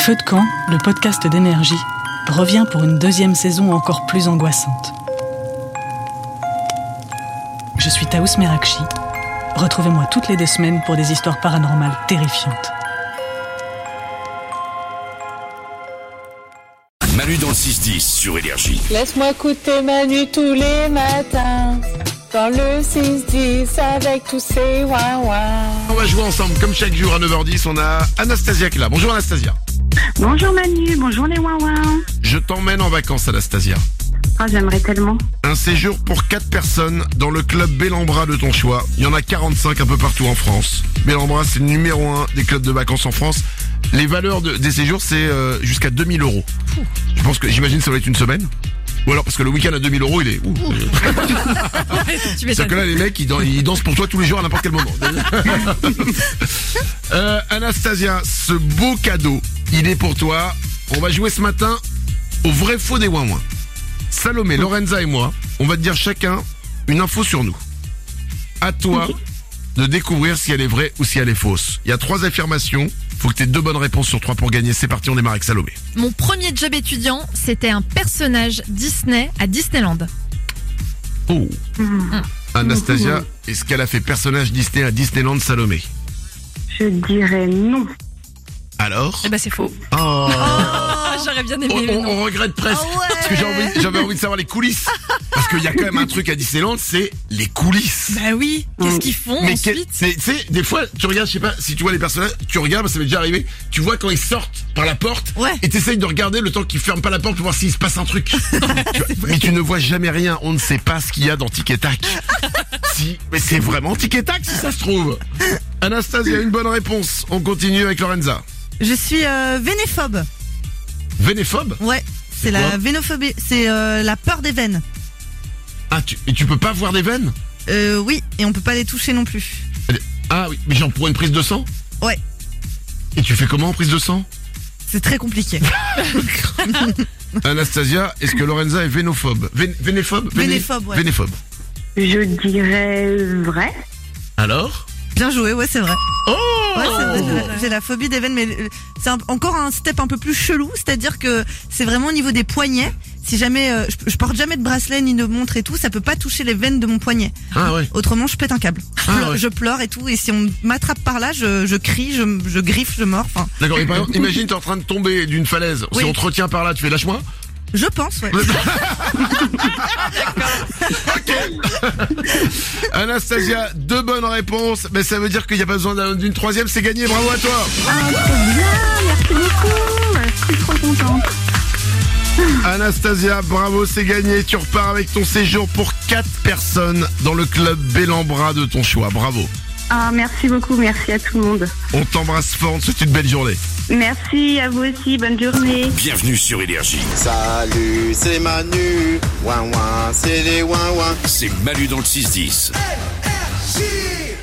Feu de camp, le podcast d'énergie, revient pour une deuxième saison encore plus angoissante. Je suis Taous Merakchi. Retrouvez-moi toutes les 2 semaines pour des histoires paranormales terrifiantes. Manu dans le 6-10 sur Énergie. Laisse-moi écouter Manu tous les matins dans le 6-10 avec tous ces ouin-ouin. On va jouer ensemble comme chaque jour à 9h10. On a Anastasia qui est là. Bonjour Anastasia. Bonjour Manu, bonjour les ouin-ouin. Je t'emmène en vacances Anastasia. Oh, j'aimerais tellement. Un séjour pour 4 personnes dans le club Bellambra de ton choix. Il y en a 45 un peu partout en France. Bellambra, c'est le numéro 1 des clubs de vacances en France. Les valeurs des séjours, c'est jusqu'à 2000 €. J'imagine que ça va être une semaine. Ou alors parce que le week-end à 2000 €, il est... C'est que là, les mecs, ils dansent pour toi tous les jours à n'importe quel moment. Anastasia, ce beau cadeau, il est pour toi. On va jouer ce matin au vrai faux des ouin-ouin. Salomé, Lorenza et moi, on va te dire chacun une info sur nous. À toi de découvrir si elle est vraie ou si elle est fausse. Il y a 3 affirmations. Faut que tu aies 2 bonnes réponses sur 3 pour gagner. C'est parti, on démarre avec Salomé. Mon premier job étudiant, c'était un personnage Disney à Disneyland. Oh. Anastasia, est-ce qu'elle a fait personnage Disney à Disneyland, Salomé? Je dirais non. Alors? Eh ben c'est faux. Oh. J'aurais bien aimé. mais non. On regrette presque. Parce que j'avais envie de savoir les coulisses. Parce qu'il y a quand même un truc à Disneyland, c'est les coulisses. Bah oui, qu'est-ce qu'ils font Mais ensuite tu sais, des fois, tu regardes, je sais pas, si tu vois les personnages, tu regardes, ça m'est déjà arrivé, tu vois quand ils sortent par la porte, Ouais. et t'essayes de regarder le temps qu'ils ferment pas la porte pour voir s'il se passe un truc. Mais tu ne vois jamais rien, on ne sait pas ce qu'il y a dans Tic et Tac. Mais c'est vraiment Tic et Tac si ça se trouve. Anastasia, une bonne réponse. On continue avec Lorenza. Je suis vénéphobe. Vénéphobe? Ouais, c'est quoi la vénophobie, c'est la peur des veines. Ah, et tu peux pas voir des veines? Oui, et on peut pas les toucher non plus. Ah oui, mais genre pour une prise de sang? Ouais, Et tu fais comment en prise de sang? c'est très compliqué. Anastasia, est-ce que Lorenza est vénophobe? Vénéphobe? Vénéphobe, ouais. Vénéphobe. Je dirais vrai. Alors? Bien joué, ouais, c'est vrai. Oh! Ouais, c'est vrai, j'ai la phobie des veines, mais c'est encore un step un peu plus chelou, c'est-à-dire que c'est vraiment au niveau des poignets. Si jamais je porte jamais de bracelet ni de montre et tout, ça peut pas toucher les veines de mon poignet. Ah ouais. Autrement, je pète un câble. Je pleure et tout, et si on m'attrape par là, je crie, je griffe, je mords. Enfin, D'accord, et par exemple, imagine t'es en train de tomber d'une falaise. Oui. Si on te retient par là, tu fais lâche-moi? je pense, ouais. Anastasia, 2 bonnes réponses. Mais ça veut dire qu'il n'y a pas besoin d'une 3e, c'est gagné, bravo à toi. Ah, trop bien, merci beaucoup. Je suis trop contente. Anastasia, bravo, c'est gagné. Tu repars avec ton séjour pour 4 personnes dans le club Bellambra de ton choix. Bravo. Ah, merci beaucoup, merci à tout le monde. On t'embrasse fort, on te souhaite une belle journée. Merci à vous aussi, bonne journée. Bienvenue sur Énergie. Salut, c'est Manu. Ouin ouin, c'est les ouin ouin. C'est Manu dans le 6-10. Énergie.